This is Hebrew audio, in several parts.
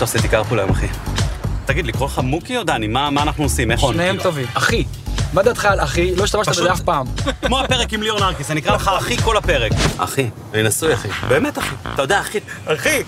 שאתה עושה תיקר פה להם, אחי. תגיד, לקרוא לך מוקי או דני? מה אנחנו עושים? איך עוד? שניהם טובים. אחי, מה דעתך על אחי? לא השתמשת בזה אף פעם. כמו הפרק עם ליאור נרקיס, אני אקרא לך אחי כל הפרק. אחי, אני נשוי אחי. באמת אחי. אתה יודע, אחי. אחי.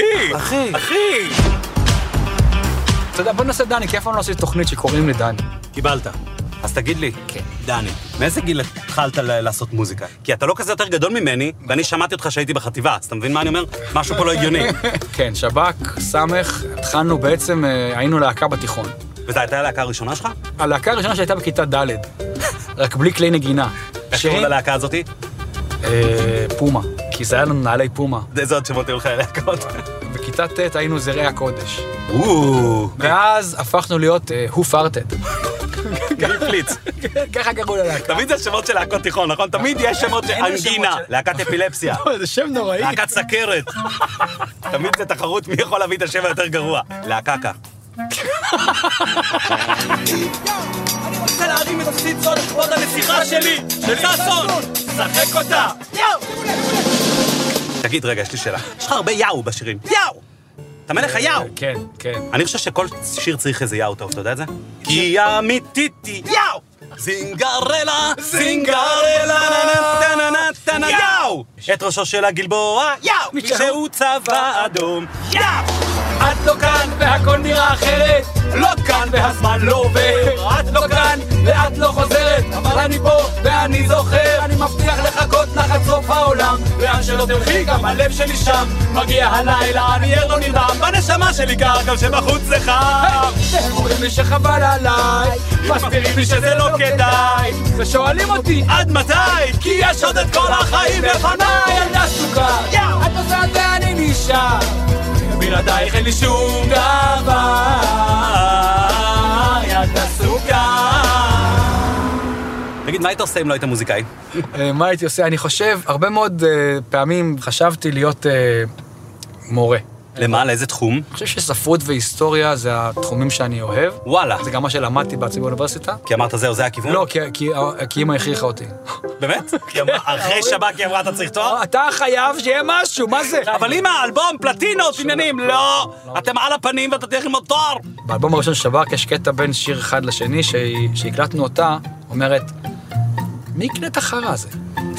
אתה יודע, בוא נעשה דני, כי אף פעם לא עשיתי תוכנית שקוראים לי דני. קיבלת. אז תגיד לי, כן. דני, מאיזה גיל התחלת לעשות מוזיקה? כי אתה לא כזה יותר גדול ממני, ואני שמעתי אותך שהייתי בחטיבה, אז אתה מבין מה אני אומר? משהו פה לא הגיוני. כן, שבק, סמך, התחלנו בעצם, היינו להקה בתיכון. וזו הייתה הלהקה הראשונה שלך? הלהקה הראשונה שהייתה בכיתה ד', רק בלי כלי נגינה. איך קוראים ללהקה הזאתי? פומה, כי זה היה לנו נעלי פומה. איזה עוד שמות היו לך ללהקות? בכיתה ט' היינו זרעי הקודש. וואו. ואז הפכנו להיות Who Farted. גיל פליץ. ככה קראו ללהקה. תמיד זה שמות של להקות תיכון, נכון? תמיד יש שמות של אנגינה, להקת אפילפסיה, זה שם נוראי. להקת סכרת. תמיד זה תחרות מי יכול להביא את השם היותר גרוע. להקקה. אני רוצה להרים את הסיצון לכבוד הנסיכה שלי, של ססון! שחק אותה! תגיד, רגע, יש לי שאלה. יש לך הרבה יאו בשירים. יאו! אתה מלך היאו! כן, כן. אני חושב שכל שיר צריך איזה יאו טוב, אתה יודע את זה? כי אמיתיתי יאו! זינגרלה, זינגרלה, נתנה יאו! את ראשו של הגלבוע, יאו! שהוא צבא אדום, יאו! את לא כאן והכל נראה אחרת, לא כאן והזמן לא עובר. את לא כאן ואת לא חוזרת, אבל אני פה ואני זוכר. אני מבטיח לחכות לך עד סוף העולם, לאן שלא תלכי גם הלב שלי שם. מגיע הלילה, אני ער לא נרדם, בנשמה שלי קר גם שבחוץ זה חם. והם אומרים לי שחבל עליי, מסתירים לי שזה לא כדאי, ושואלים אותי עד מתי, כי יש עוד את כל החיים לפניי. ילדה סוכה, את נוסעת ואני נשאר, בלעדייך אין לי שום דבר, ילדה סוכה. תגיד, מה היית עושה אם לא היית מוזיקאי? מה הייתי עושה? אני חושב, הרבה מאוד פעמים חשבתי להיות מורה. למה? לאיזה תחום? אני חושב שספרות והיסטוריה זה התחומים שאני אוהב. וואלה. זה גם מה שלמדתי בעצמי באוניברסיטה. כי אמרת זהו, זה הכיוון? לא, כי אמא הכריחה אותי. באמת? אחרי שב"כ היא אמרה, אתה צריך תואר? אתה חייב שיהיה משהו, מה זה? אבל אמא, אלבום, פלטינות, עניינים, לא! אתם על הפנים ואתה תלך ללמוד תואר! באלבום הראשון של שב"כ יש קטע בין שיר אחד לשני, שהקלטנו אותה, אומרת, מי יקנה את החרא הזה?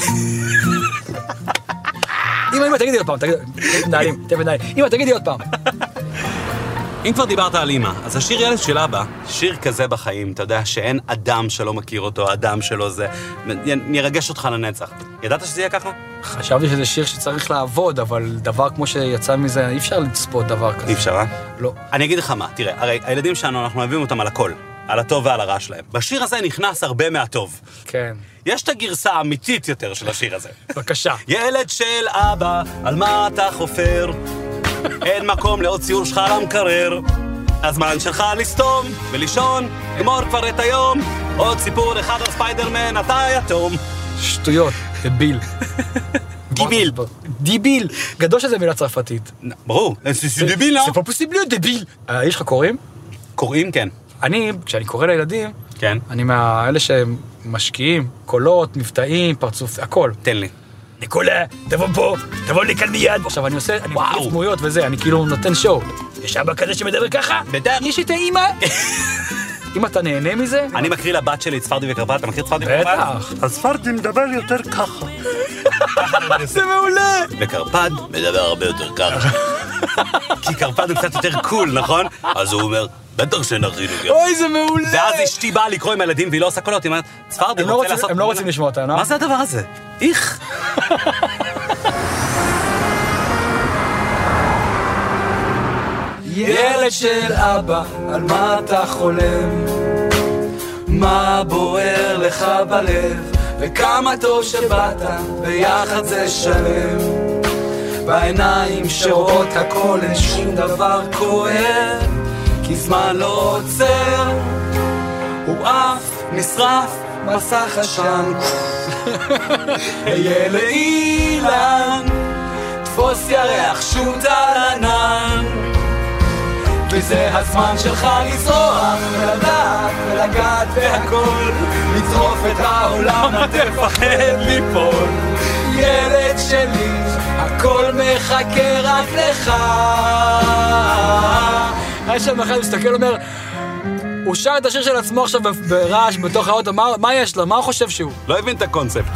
אמא, תגידי עוד פעם, אמא, תגידי עוד פעם. אם כבר דיברת על אמא, אז השיר ילד של אבא, שיר כזה בחיים, אתה יודע שאין אדם שלא מכיר אותו, אדם שלא זה, ירגש אותך לנצח. ידעת שזה יהיה ככה? חשבתי שזה שיר שצריך לעבוד, אבל דבר כמו שיצא מזה, אי אפשר לצפות דבר כזה. אי אפשר, אה? לא. אני אגיד לך מה, תראה, הרי הילדים שלנו, אנחנו אוהבים אותם על הכל, על הטוב ועל הרע שלהם. בשיר הזה נכנס הרבה מהטוב. כן. יש את הגרסה האמיתית יותר של השיר הזה. בבקשה. ילד של אבא, על מה אתה חופר? אין מקום לעוד ציור שלך למקרר. הזמן שלך לסתום ולישון, גמור כבר את היום. עוד סיפור אחד על ספיידרמן, אתה יתום. שטויות, דביל. דיביל. דיביל. גדול שזה מילה צרפתית. ברור, זה דיביל, לא? זה פה פוסיבלו, דביל. יש לך קוראים? קוראים, כן. כשאני קורא לילדים, כן. אני מאלה שמשקיעים, קולות, מבטאים, פרצוף, הכל. תן לי. ניקולה, תבוא פה, תבוא לי כאן מיד. עכשיו אני עושה, אני מחליף דמויות וזה, אני כאילו נותן שואו. יש אבא כזה שמדבר ככה? בטח. יש את האמא. אם אתה נהנה מזה? אני מקריא לבת שלי את צפרדי וקרפד, אתה מכיר צפרדי וקרפד? בטח. אז צפרדי מדבר יותר ככה. זה מעולה. וקרפד מדבר הרבה יותר ככה. כי קרפד הוא קצת יותר קול, נכון? אז הוא אומר, בטח שנכינו גם. אוי, זה מעולה. ואז אשתי באה לקרוא עם הילדים והיא לא עושה קולות, היא אומרת, צפרדי רוצה לעשות... הם לא רוצים לשמוע אותנו, מה זה הדבר הזה? איך? ילד של אבא, על מה אתה חולם? מה בוער לך בלב? וכמה טוב שבאת, ביחד זה שלם. בעיניים שרואות הכל, אין שום דבר כואב, כי זמן לא עוצר, הוא אף נשרף מסך עשן. היה לאילן, תפוס ירח שוט על ענן, וזה הזמן שלך לזרוח ולדעת ולגעת בהכל, לצרוף את העולם, אל תפחד ליפול. ילד שלי, הכל מחכה רק לך. היה שם אחד מסתכל אומר, הוא שר את השיר של עצמו עכשיו ברעש בתוך האוטו, מה יש לו? מה הוא חושב שהוא? לא הבין את הקונספט.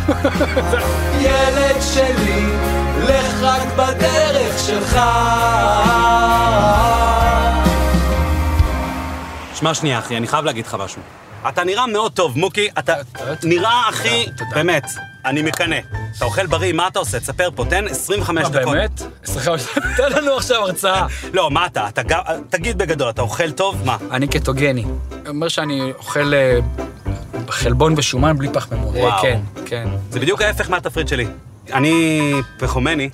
ילד שלי, לך רק בדרך שלך. שמע שנייה אחי, אני חייב להגיד לך משהו. אתה נראה מאוד טוב, מוקי, אתה נראה הכי, באמת, אני מקנה. אתה אוכל בריא, מה אתה עושה? תספר פה, תן 25 דקות. מה באמת? תן לנו עכשיו הרצאה. לא, מה אתה? תגיד בגדול, אתה אוכל טוב? מה? אני קטוגני. אומר שאני אוכל חלבון ושומן בלי פחמימות. וואו. כן, כן. זה בדיוק ההפך מהתפריט שלי. אני פחומני.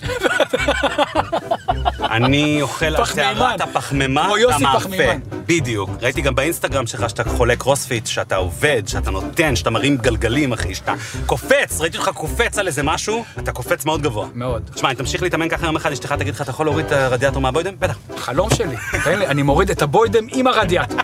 אני אוכל על שערת הפחמימה. כמו יוסי פחמימן. בדיוק. ראיתי גם באינסטגרם שלך שאתה חולה קרוספיט, שאתה עובד, שאתה נותן, שאתה מרים גלגלים, אחי, שאתה קופץ, ראיתי אותך קופץ על איזה משהו, אתה קופץ מאוד גבוה. מאוד. תשמע, אני תמשיך להתאמן ככה יום אחד, אשתך תגיד לך, אתה יכול להוריד את הרדיאטור מהבוידם? בטח. חלום שלי. תן לי, אני מוריד את הבוידם עם הרדיאטור.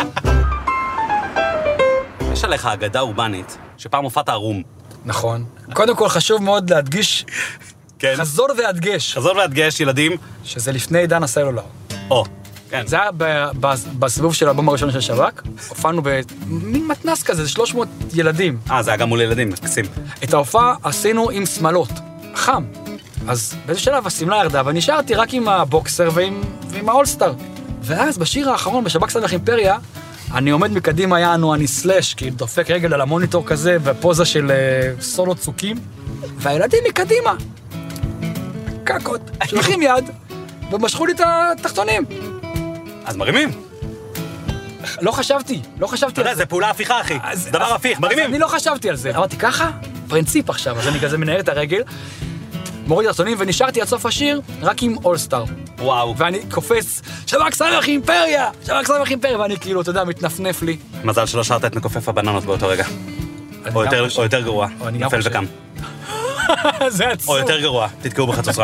יש עליך אגדה אורבנית, שפעם הופעת ערום. נכון. קודם כל חשוב מאוד להדגיש, כן. חזור והדגש, חזור והדגש, ילדים. שזה לפני עידן הסלולר. או, כן. זה היה בסיבוב של האלבום הראשון של שב"כ, הופענו במין מתנס כזה, זה 300 ילדים. זה היה גם מול ילדים, מקסים. את ההופעה עשינו עם שמלות, חם. אז באיזה שלב הסמלה ירדה, ונשארתי רק עם הבוקסר ועם האולסטאר. ואז בשיר האחרון, בשב"כ סמך אימפריה, אני עומד מקדימה, יענו, אני סלש, כי דופק רגל על המוניטור כזה, בפוזה של סולו צוקים, והילדים מקדימה. קקות, שלחים יד, ומשכו לי את התחתונים. אז מרימים. לא חשבתי אתה יודע, זה פעולה הפיכה, אחי. זה דבר הפיך, מרימים. אני לא חשבתי על זה. אמרתי, ככה? פרינציפ עכשיו. אז אני כזה מנער את הרגל, מוריד את התחתונים, ונשארתי עד סוף השיר רק עם אולסטאר. וואו. ואני קופץ, שב"כ סמך אימפריה! שב"כ סמך אימפריה! ואני כאילו, אתה יודע, מתנפנף לי. מזל שלא שרת את מכופף הבננות באותו רגע. או יותר גרוע, נפל וקם. זה עצוב. או יותר גרוע, תתקעו בחצוצרה.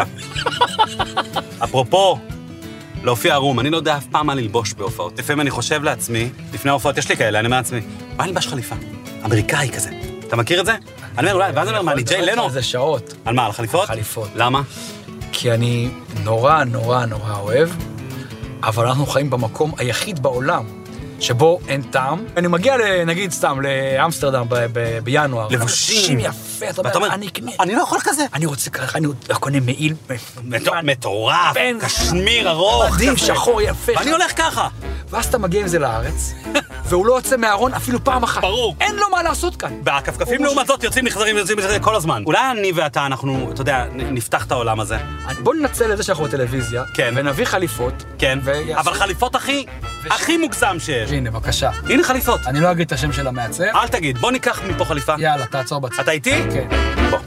אפרופו, להופיע ערום, אני לא יודע אף פעם מה ללבוש בהופעות. לפעמים אני חושב לעצמי, לפני ההופעות יש לי כאלה, אני אומר לעצמי, מה נלבש חליפה? אמריקאי כזה. אתה מכיר את זה? אני אומר, אולי, ואז אני אומר, מה, אני ג'יי לנו? זה שעות. על מה, על חליפות? חליפות. למה? כי אני נורא אוהב, אבל אנחנו חיים במקום היחיד בעולם שבו אין טעם. אני מגיע, נגיד סתם, לאמסטרדם בינואר. לבושים. יפה, אתה אומר, אני אקנה. אני לא יכול כזה. אני רוצה ככה, אני קונה מעיל. מטורף, קשמיר ארוך. מדהים, שחור, יפה. ואני הולך ככה. ואז אתה מגיע עם זה לארץ, והוא לא יוצא מהארון אפילו פעם אחת. ברור. אין לו מה לעשות כאן. והכפכפים לעומת זאת יוצאים נחזרים כל הזמן. אולי אני ואתה, אנחנו, אתה יודע, נפתח את העולם הזה. בוא ננצל את זה שאנחנו בטלוויזיה, כן. ונביא חליפות. כן, אבל חליפות הכי מוגזם שיש. הנה, בבקשה. הנה חליפות. אני לא אגיד את השם של המעצב. אל תגיד, בוא ניקח מפה חליפה. יאללה, תעצור בצד. אתה איתי? כן. בוא.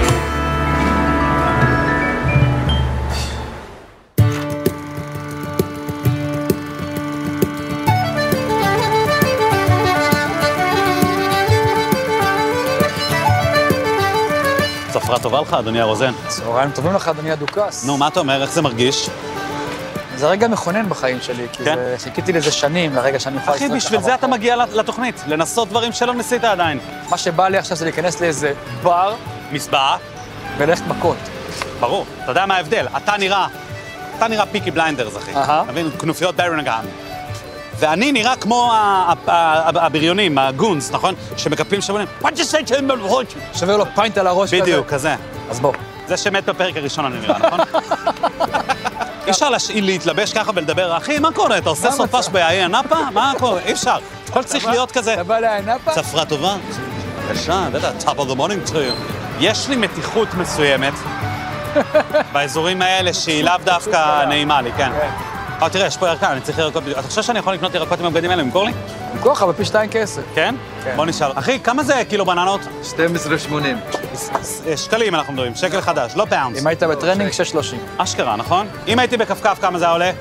צפרה טובה לך, אדוני הרוזן. צהריים טובים לך, אדוני הדוכס. נו, מה אתה אומר? איך זה מרגיש? זה רגע מכונן בחיים שלי, כי חיכיתי לזה שנים, לרגע שאני יכול... אחי, בשביל זה אתה מגיע לתוכנית, לנסות דברים שלא ניסית עדיין. מה שבא לי עכשיו זה להיכנס לאיזה בר, מסבעה, ולכת מכות. ברור. אתה יודע מה ההבדל? אתה נראה פיקי בליינדרס, אחי. מבין, כנופיות ברנגהאם. ואני נראה כמו הבריונים, הגונס, נכון? שמקפלים שבונים, what you say to him? שבר לו פיינט על הראש כזה. בדיוק, כזה. אז בוא. זה שמת בפרק הראשון אני נראה, נכון? אי אפשר להתלבש ככה ולדבר, אחי, מה קורה? אתה עושה סופש באי הנאפה? מה קורה? אי אפשר. הכל צריך להיות כזה. אתה בא לאי נאפה? צפרה טובה. בבקשה, top of the morning to you. יש לי מתיחות מסוימת באזורים האלה שהיא לאו דווקא נעימה לי, כן. אבל תראה, יש פה ירקן, אני צריך ירקות. אתה חושב שאני יכול לקנות ירקות עם הבגדים האלה, למכור לי? למכור לך בפי 2 כסף. כן? בוא נשאל. אחי, כמה זה קילו בננות? 12.80. שקלים אנחנו מדברים, שקל חדש, לא פאונדס. אם היית בטרנינג, 6.30. אשכרה, נכון? אם הייתי בכפכף, כמה זה עולה?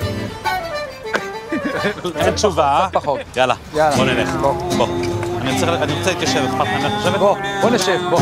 אין תשובה, פחות. יאללה, בוא נלך. בוא. אני רוצה להתיישב, אכפת לך לשבת? בוא נשב, בוא.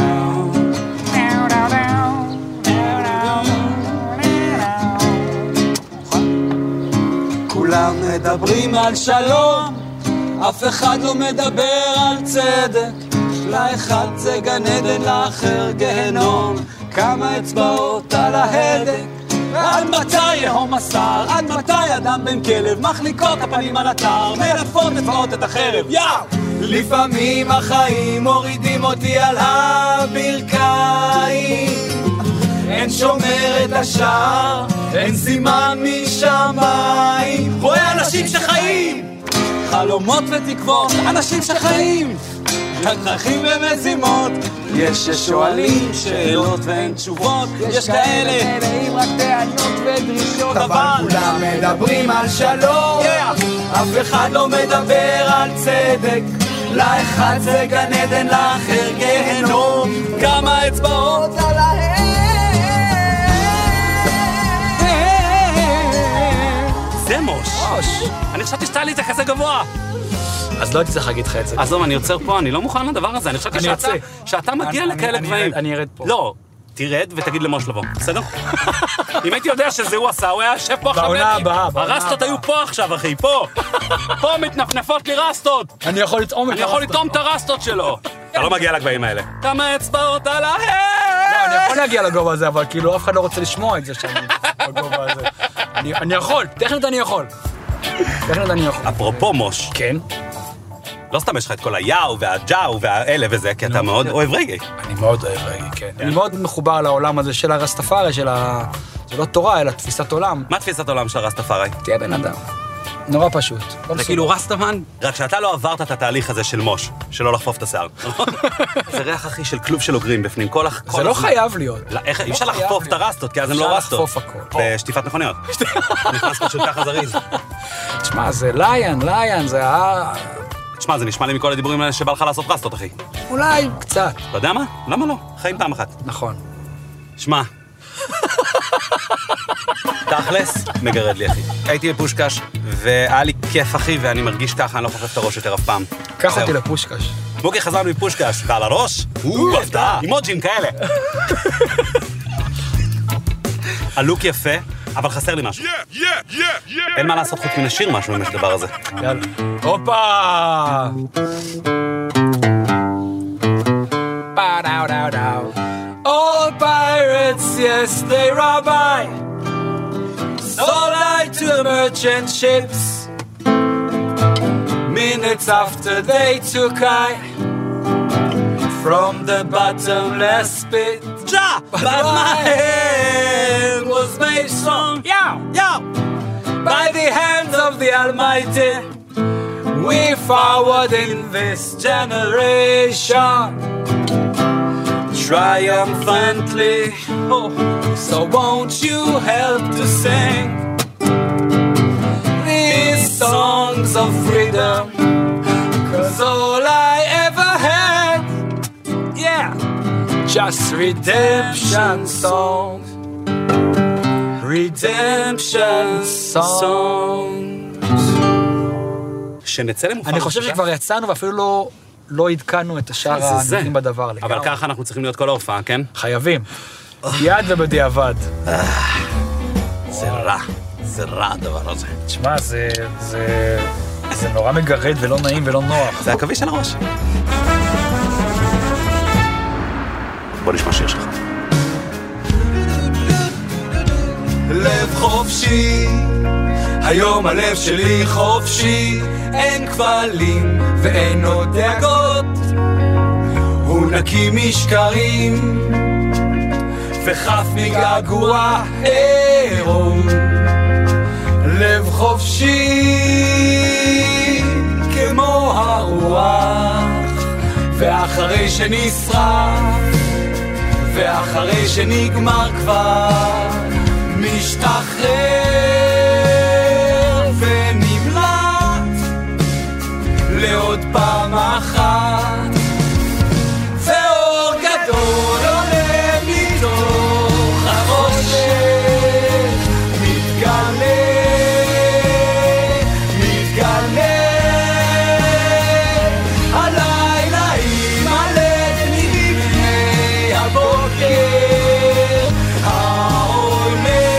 כולם מדברים על שלום, אף אחד לא מדבר על צדק. לאחד זה גן עדן, לאחר גהנום. כמה אצבעות על ההדק, עד מתי יהום השר, עד מתי אדם בן כלב מחליקות הפנים על אתר, מלפות לפעות את החרב, יאו! לפעמים החיים מורידים אותי על הברכיים, אין שומר את השער, אין סימן משמיים, רואה אנשים שחיים, חלומות ותקוות, אנשים שחיים, דרכים ומזימות, יש ששואלים שאלות ואין תשובות, יש כאלה עם רק טענות ודרישות, אבל כולם מדברים על שלום, אף אחד לא מדבר על צדק, לאחד זה גן עדן, לאחר גיהנום, כמה אצבעות על זה מוש. אני חשבתי שאתה לי את זה כזה גבוה. אז לא הייתי צריך להגיד לך את זה. עזוב, אני יוצר פה, אני לא מוכן לדבר הזה. אני חשבתי שאתה מגיע לכאלה גבוהים. אני ארד פה. לא, תרד ותגיד למוש לבוא, בסדר? אם הייתי יודע שזה הוא עשה, הוא היה יושב פה עכשיו. בעונה הבאה. הרסטות היו פה עכשיו, אחי, פה. פה מתנפנפות לי רסטות. אני יכול לטעום את הרסטות שלו. אתה לא מגיע לגבהים האלה. כמה אצבעות על ההר! לא, אני יכול להגיע לגובה הזה, אבל כאילו אף אחד לא רוצה לשמוע את זה שאני בגובה הזה. אני יכול, טכנית אני יכול. אפרופו מוש. כן? לא סתם יש לך את כל היאו והג'או והאלה וזה, כי אתה מאוד אוהב רגעי. אני מאוד אוהב רגעי, כן. אני מאוד מחובר לעולם הזה של הרסטפארי, זה לא תורה, אלא תפיסת עולם. מה תפיסת עולם של הרסטפארי? תהיה בן אדם. נורא פשוט. זה כאילו רסטמן? רק שאתה לא עברת את התהליך הזה של מוש, שלא לחפוף את השיער. זה ריח אחי של כלוב של אוגרים בפנים. זה לא חייב להיות. אי אפשר לחפוף את הרסטות, כי אז הם לא רסטות. אפשר לחפוף הכל. בשטיפת מכוניות. נכנס פשוט ככה זריז. תשמע, זה ליין, זה תשמע, זה נשמע לי מכל הדיבורים האלה שבא לך לעשות רסטות, אחי. אולי קצת. אתה יודע מה? למה לא? חיים פעם אחת. נכון. שמע. תכלס, מגרד לי, אחי. הייתי בפושקש, והיה לי כיף, אחי, ואני מרגיש ככה, אני לא חופף את הראש יותר אף פעם. קח אותי לפושקש. מוקי חזרנו מפושקש, ועל הראש, הפתעה, אימוג'ים כאלה. הלוק יפה, אבל חסר לי משהו. אין מה לעשות חוץ מנשיר משהו עם הדבר הזה. יאללה. הופה! All pirates, yes, they rob I, sold I to the merchant ships. Minutes after they took I from the bottomless pit. But my hand was made strong, by the hands of the Almighty. We forward in this generation, triumphantly. So won't you help to sing these songs of freedom? 'Cause all I ever had, just redemption songs. Redemption songs. שנצא למופע. אני חושב שכבר יצאנו ואפילו לא עדכנו את השאר הנותנים בדבר. אבל ככה אנחנו צריכים להיות כל ההופעה, כן? חייבים. יד ובדיעבד. זה רע הדבר הזה. תשמע, זה נורא מגרד ולא נעים ולא נוח. זה הקווי של הראש. בוא נשמע שיר שלך. לב חופשי, היום הלב שלי חופשי, אין כבלים ואין עוד דאגות, הוא נקי משקרים וחף מגעגוע עירום. לב חופשי כמו הרוח, ואחרי שנשרף ואחרי שנגמר כבר משתחרר ונמלט לעוד פעם אחת, ואור גדול עולה מתוך החושך, מתגלה הלילה ימלא לפני הבוקר, העולה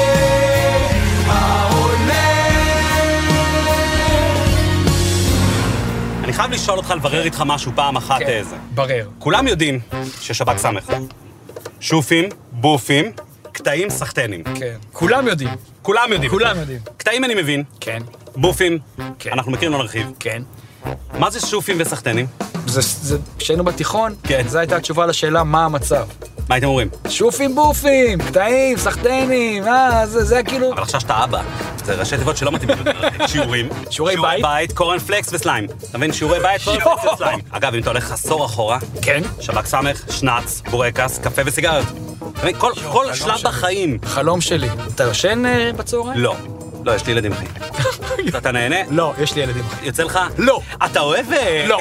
אני חייב לשאול אותך, לברר איתך משהו פעם אחת איזה. ברר. כולם יודעים ששב"כ סמך, שופים, בופים, קטעים, סחטנים. כן. כולם יודעים. כולם יודעים. כולם יודעים. קטעים אני מבין. כן. בופים, כן. אנחנו מכירים לא נרחיב. כן. מה זה שופים וסחטנים? כשהיינו בתיכון, כן. זו הייתה התשובה לשאלה מה המצב. מה הייתם אומרים? שופים בופים, קטעים, סחטנים, זה כאילו... אבל עכשיו שאתה אבא, זה ראשי תיבות שלא מתאים שיעורים. שיעורי בית? קורן פלקס וסליים. אתה מבין? שיעורי בית, קורן פלקס וסליים. אגב, אם אתה הולך עשור אחורה, כן. שבק סמך, שנץ, בורקס, קפה וסיגריות. אתה מבין? כל שלב בחיים. חלום שלי. אתה יושן בצהריים? לא. לא, יש לי ילדים, אחי. אתה נהנה? לא, יש לי ילדים. יוצא לך? לא. אתה אוהב? לא.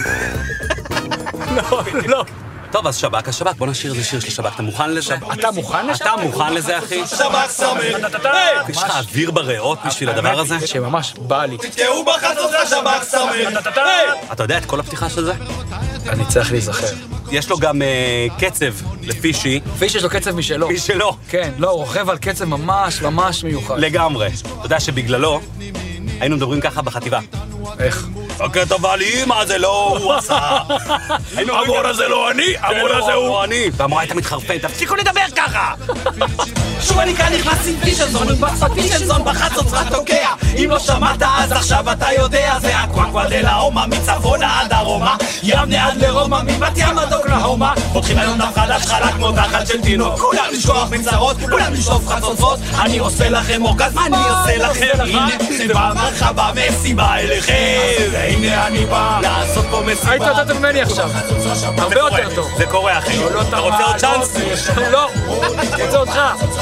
לא. טוב, אז שבק, בוא נשאיר איזה שיר של שבק. אתה מוכן לזה? אתה מוכן לשבק? אתה מוכן לזה, אחי? שבק סמך. יש לך אוויר בריאות בשביל הדבר הזה? שממש בא לי. תתקעו בחצות לשבק סמך. אתה יודע את כל הפתיחה של זה? אני צריך להיזכר. יש לו גם קצב לפישי. פיש יש לו קצב משלו. משלו. כן, לא, הוא רוכב על קצב ממש ממש מיוחד. לגמרי. אתה יודע שבגללו היינו מדברים ככה בחטיבה. איך? הכתב על אמא זה לא הוא עשה. המורה זה לא אני, המורה זה הוא. אני. והמורה הייתה מתחרפנת, תפסיקו לדבר ככה! שוב אני כאן נכנס עם פישלזון, עם פישלזון בחצוצרה תוקע. אם לא שמעת אז עכשיו אתה יודע, זה הקוואקווה דלה הומה מצפונה עד דרומה, יבנה עד לרומא, מבת ים עד אוקלהומה. פותחים היום דף חדש חלק כמו תחת של תינוק, כולם לשכוח מצרות, כולם לשאוף חצוצרות. אני עושה לכם אורגזם, אני עושה לכם. הנה זה במרחבה מסיבה אליכם, והנה אני בא לעשות פה מסיבה. היית יותר טוב ממני עכשיו. הרבה יותר טוב. זה קורה, אחי. אתה רוצה עוד צ'אנס? לא, רוצה אותך.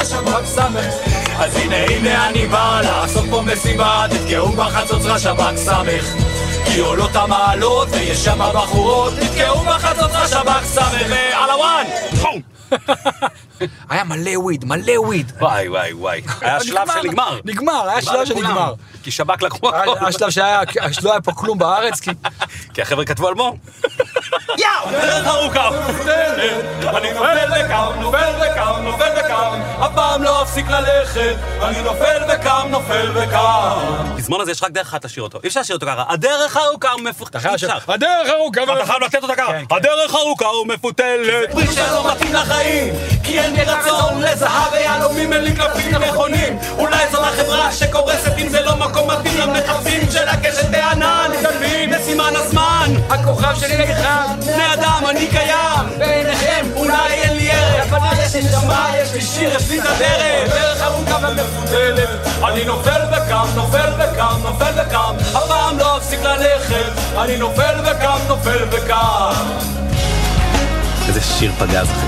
אז הנה אני בא לעשות פה מסיבה, תתקעו בחצוצרה שבק סמך, כי עולות המעלות ויש שם בחורות, תתקעו בחצוצרה שבק סמך, ועל הוואן! היה מלא וויד. וואי. היה שלב שנגמר. היה שלב שנגמר. כי שבק לקחו הכל. היה שלב שלא היה פה כלום בארץ, כי החבר'ה כתבו אלבום. יאו! דרך ארוכה ומפותלת, אני נופל וקם, אף פעם לא אפסיק ללכת, אני נופל וקם. בזמן הזה יש רק דרך אחת לשיר אותו. אי אפשר לשיר אותו ככה. הדרך ארוכה ומפותלת. הדרך ארוכה אתה חייב לתת אותה ככה. הדרך ארוכה ומפותלת. פרי שלא מתאים לחיים, כי אין לי רצון לזהב ויהלומים, אין לי קלפים נכונים. אולי זו החברה שקורסת אם זה לא מקום מתאים למחפשים של הקשת בענן. מתעלמים בסימן הזמן, הכוכב שלי נגחם, בני אדם אני קיים בעיניכם, אולי אין לי ערך, אבל יש לי נשמה, יש לי שיר, יש לי את הדרך. דרך ארוכה ומפותלת, אני נופל וקם, אף פעם לא אפסיק ללכת, אני נופל וקם. איזה שיר פגז, אחי.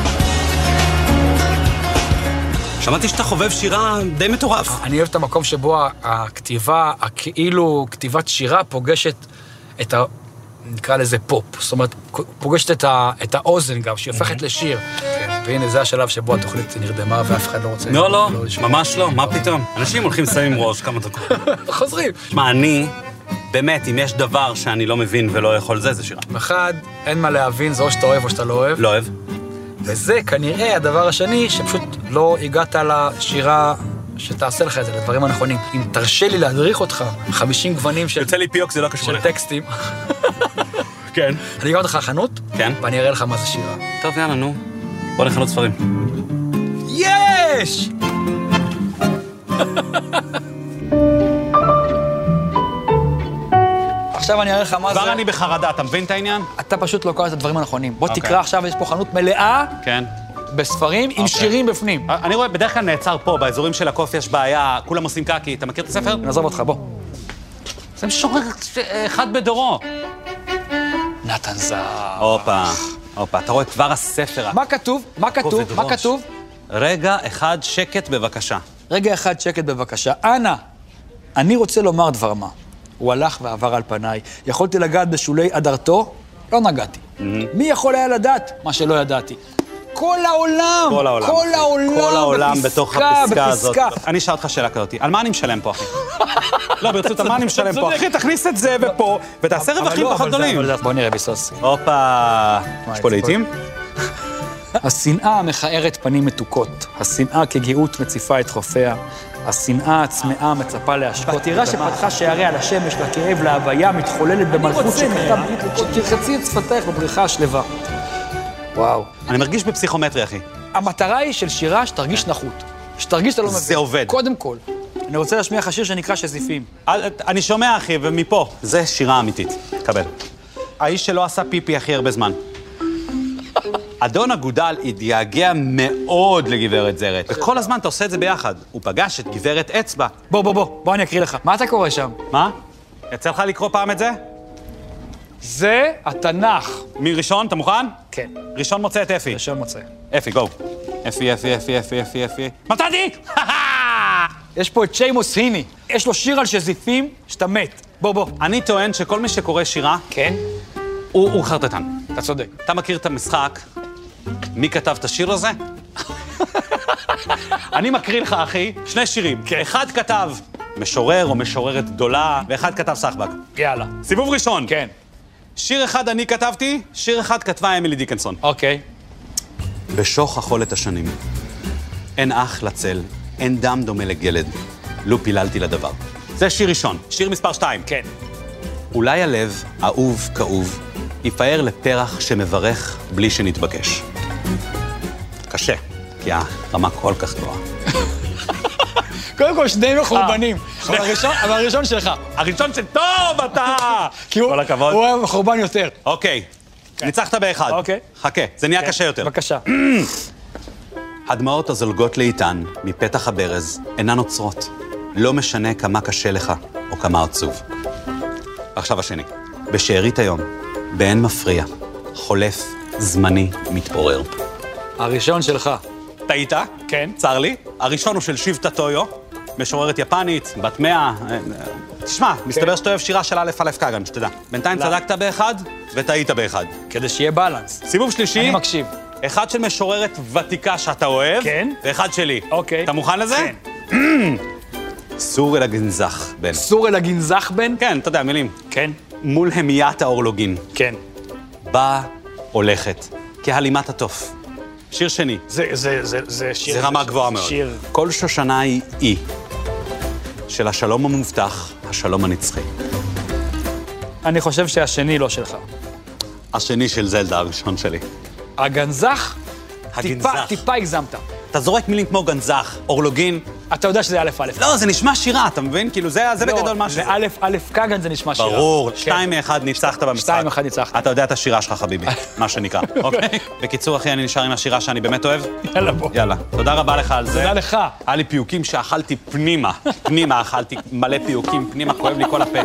שמעתי שאתה חובב שירה די מטורף. אני אוהב את המקום שבו הכתיבה, כאילו כתיבת שירה פוגשת את נקרא לזה פופ. זאת אומרת, פוגשת את האוזן גם, שהיא הופכת לשיר. והנה, זה השלב שבו התוכנית נרדמה ואף אחד לא רוצה... לא, ממש לא, מה פתאום? אנשים הולכים שמים ראש כמה דקות. חוזרים. שמע, אני, באמת, אם יש דבר שאני לא מבין ולא יכול זה שירה. אחד, אין מה להבין, זה או שאתה אוהב או שאתה לא אוהב. לא אוהב. וזה כנראה הדבר השני, שפשוט לא הגעת לשירה שתעשה לך את זה, לדברים הנכונים. אם תרשה לי להדריך אותך, 50 גוונים של... יוצא לי פיוק, זה לא קשור של טקסטים. כן. אני אגע אותך לחנות, כן. ואני אראה לך מה זה שירה. טוב, יאללה, נו. בוא לחנות ספרים. יש! עכשיו אני אראה לך מה זה... כבר אני בחרדה, אתה מבין את העניין? אתה פשוט לא קורא את הדברים הנכונים. בוא תקרא עכשיו, יש פה חנות מלאה כן. בספרים עם שירים בפנים. אני רואה, בדרך כלל נעצר פה, באזורים של הקוף יש בעיה, כולם עושים קקי. אתה מכיר את הספר? נעזוב אותך, בוא. זה משורר אחד בדורו. נתן זהב. הופה, אתה רואה כבר הספר. מה כתוב? רגע אחד שקט בבקשה. רגע אחד שקט בבקשה. אנא, אני רוצה לומר דבר מה. הוא הלך ועבר על פניי. יכולתי לגעת בשולי אדרתו? לא נגעתי. מי יכול היה לדעת מה שלא ידעתי? כל העולם בתוך הפסקה הזאת. אני אשאל אותך שאלה כזאת, על מה אני משלם פה, אחי? לא, ברצות, על מה אני משלם פה? אחי, תכניס את זה ופה, ותעשה רווחים פחות גדולים. בוא נראה ביסוס. הופה, יש פה לעיתים? השנאה המכערת פנים מתוקות, השנאה כגאות מציפה את חופיה, השנאה הצמאה מצפה להשקות. בתירה שפתחה שעריה לשמש, לכאב, להוויה, מתחוללת במלכות שכתב, תרחצי את שפתייך בבריכה השלווה. וואו. אני מרגיש בפסיכומטרי, אחי. המטרה היא של שירה שתרגיש נחות. שתרגיש שאתה לא מבין. זה עובד. קודם כל. אני רוצה להשמיע לך שיר שנקרא שזיפים. אני שומע, אחי, ומפה. זה שירה אמיתית. קבל. האיש שלא עשה פיפי הכי הרבה זמן. אדון אגודל התגעגע מאוד לגברת זרת, וכל הזמן אתה עושה את זה ביחד. הוא פגש את גברת אצבע. בוא אני אקריא לך. מה אתה קורא שם? מה? יצא לך לקרוא פעם את זה? זה התנ"ך. מראשון, אתה מוכן? כן. ראשון מוצא את אפי. ראשון מוצא. אפי, גו. אפי. מצאתי! יש פה את שיימוס היני. יש לו שיר על שזיפים שאתה מת. בוא. אני טוען שכל מי שקורא שירה, כן? הוא חרטטן. אתה צודק. אתה מכיר את המשחק? מי כתב את השיר הזה? אני מקריא לך, אחי, שני שירים. כן. אחד כתב משורר או משוררת גדולה, ואחד כתב סחבק. יאללה. סיבוב ראשון. כן. שיר אחד אני כתבתי, שיר אחד כתבה אמילי דיקנסון. אוקיי. בשוך החולת השנים. אין אח לצל, אין דם דומה לגלד, לו פיללתי לדבר. זה שיר ראשון, שיר מספר 2. כן. אולי הלב, אהוב, כאוב, יפאר לפרח שמברך בלי שנתבקש. קשה, כי הרמה כל כך גבוהה. קודם כל, שנינו מחורבנים. אבל הראשון שלך. הראשון שטוב אתה! כל הכבוד. הוא היה מחורבן יותר. אוקיי, ניצחת באחד. אוקיי. חכה, זה נהיה קשה יותר. בבקשה. הדמעות הזולגות לאיתן, מפתח הברז, אינן עוצרות. לא משנה כמה קשה לך או כמה עצוב. עכשיו השני. בשארית היום, באין מפריע, חולף, זמני, מתעורר. הראשון שלך. טעית? כן. צר לי. הראשון הוא של שיבטה טויו, משוררת יפנית, בת 100. תשמע, מסתבר שאתה אוהב שירה של א' קאגן, שתדע. בינתיים צדקת באחד, וטעית באחד. כדי שיהיה בלנס. סיבוב שלישי. אני מקשיב. אחד של משוררת ותיקה שאתה אוהב, כן. ואחד שלי. אוקיי. אתה מוכן לזה? כן. סור אל הגנזך, בן. סור אל הגנזך, בן? כן, אתה יודע, מילים. כן. מול המיית האורלוגין. כן. באה, הולכת, כהלימת התוף. שיר שני. זה שיר... זה רמה גבוהה מאוד. שיר... כל שושנה היא אי. של השלום המובטח, השלום הנצחי. אני חושב שהשני לא שלך. השני של זלדה, הראשון שלי. הגנזך? הגנזך. טיפה הגזמת. אתה זורק מילים כמו גנזך, אורלוגין. אתה יודע שזה א'. לא, זה נשמע שירה, אתה מבין? כאילו, זה בגדול מה שזה. זה א' קאגן זה נשמע שירה. ברור, 2-1 ניצחת במשחק. 2-1 ניצחת. אתה יודע את השירה שלך, חביבי, מה שנקרא. אוקיי? בקיצור, אחי, אני נשאר עם השירה שאני באמת אוהב. יאללה, בוא. יאללה, תודה רבה לך על זה. תודה לך. היה לי פיוקים שאכלתי פנימה. פנימה אכלתי מלא פיוקים, פנימה כואב לי כל הפה.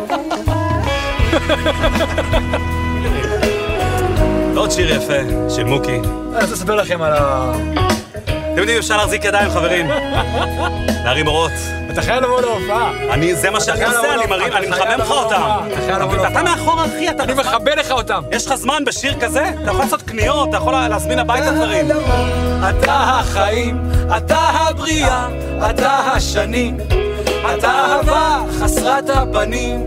עוד שיר יפה של מוקי. אז אספר לכם על ה... אתם יודעים, אפשר להחזיק ידיים, חברים. להרים אורות. אתה חייב לבוא להופעה. זה מה שאני עושה, אני מחמם לך אותם. אתה מאחור, אחי, אני מכבה לך אותם. יש לך זמן בשיר כזה? אתה יכול לעשות קניות, אתה יכול להזמין הביתה דברים. אתה החיים, אתה הבריאה, אתה השנים, אתה אהבה חסרת הפנים.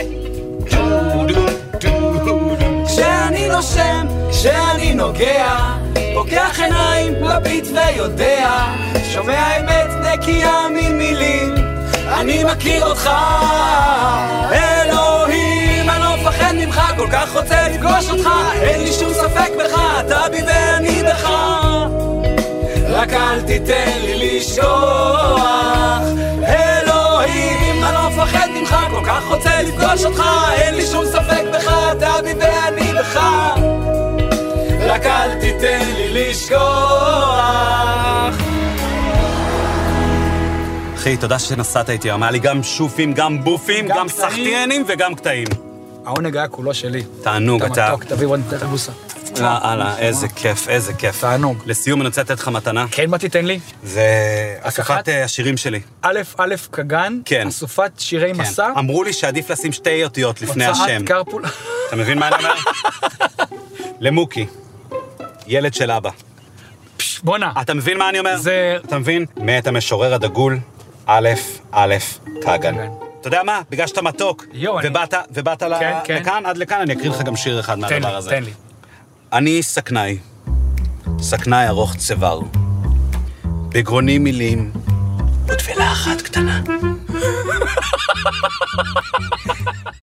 כשאני נושם, כשאני נוגע, פוקח עיניים, מביט ויודע, שומע אמת נקייה ממילים, אני מכיר אותך, אלוהים, אני לא מפחד ממך, כל כך רוצה לפגוש אותך, אין לי שום ספק בך, אתה בי ואני בך, רק אל תיתן לי לשכוח, אלוהים, אני לא מפחד ממך, כל כך רוצה לפגוש אותך, אין לי שום ספק בך, אתה בי ואני בך, רק אל תיתן לי לשכוח. אחי, תודה שנסעת איתי, אמר לי גם שופים, גם בופים, גם סחטיינים וגם קטעים. העונג היה כולו שלי. תענוג, אתה... אתה מתוק, תביא עוד נתת בוסה. הלאה, איזה כיף, איזה כיף. תענוג. לסיום אני רוצה לתת לך מתנה. כן, מה תיתן לי? זה אסופת השירים שלי. א' קגן, כן. אסופת שירי מסע. אמרו לי שעדיף לשים 2 אותיות לפני השם. הוצאת קרפול. אתה מבין מה אני אומר? למוקי, ילד של אבא. בונה. אתה מבין מה אני אומר? זה... אתה מבין? מאת המשורר הדגול, א' קגן. אתה יודע מה? בגלל שאתה מתוק, ובאת לכאן, עד לכאן, אני אקריא לך גם שיר אחד מהדבר הזה. תן לי. אני סכנאי ארוך צוואר. בגרוני מילים, ותפילה אחת קטנה.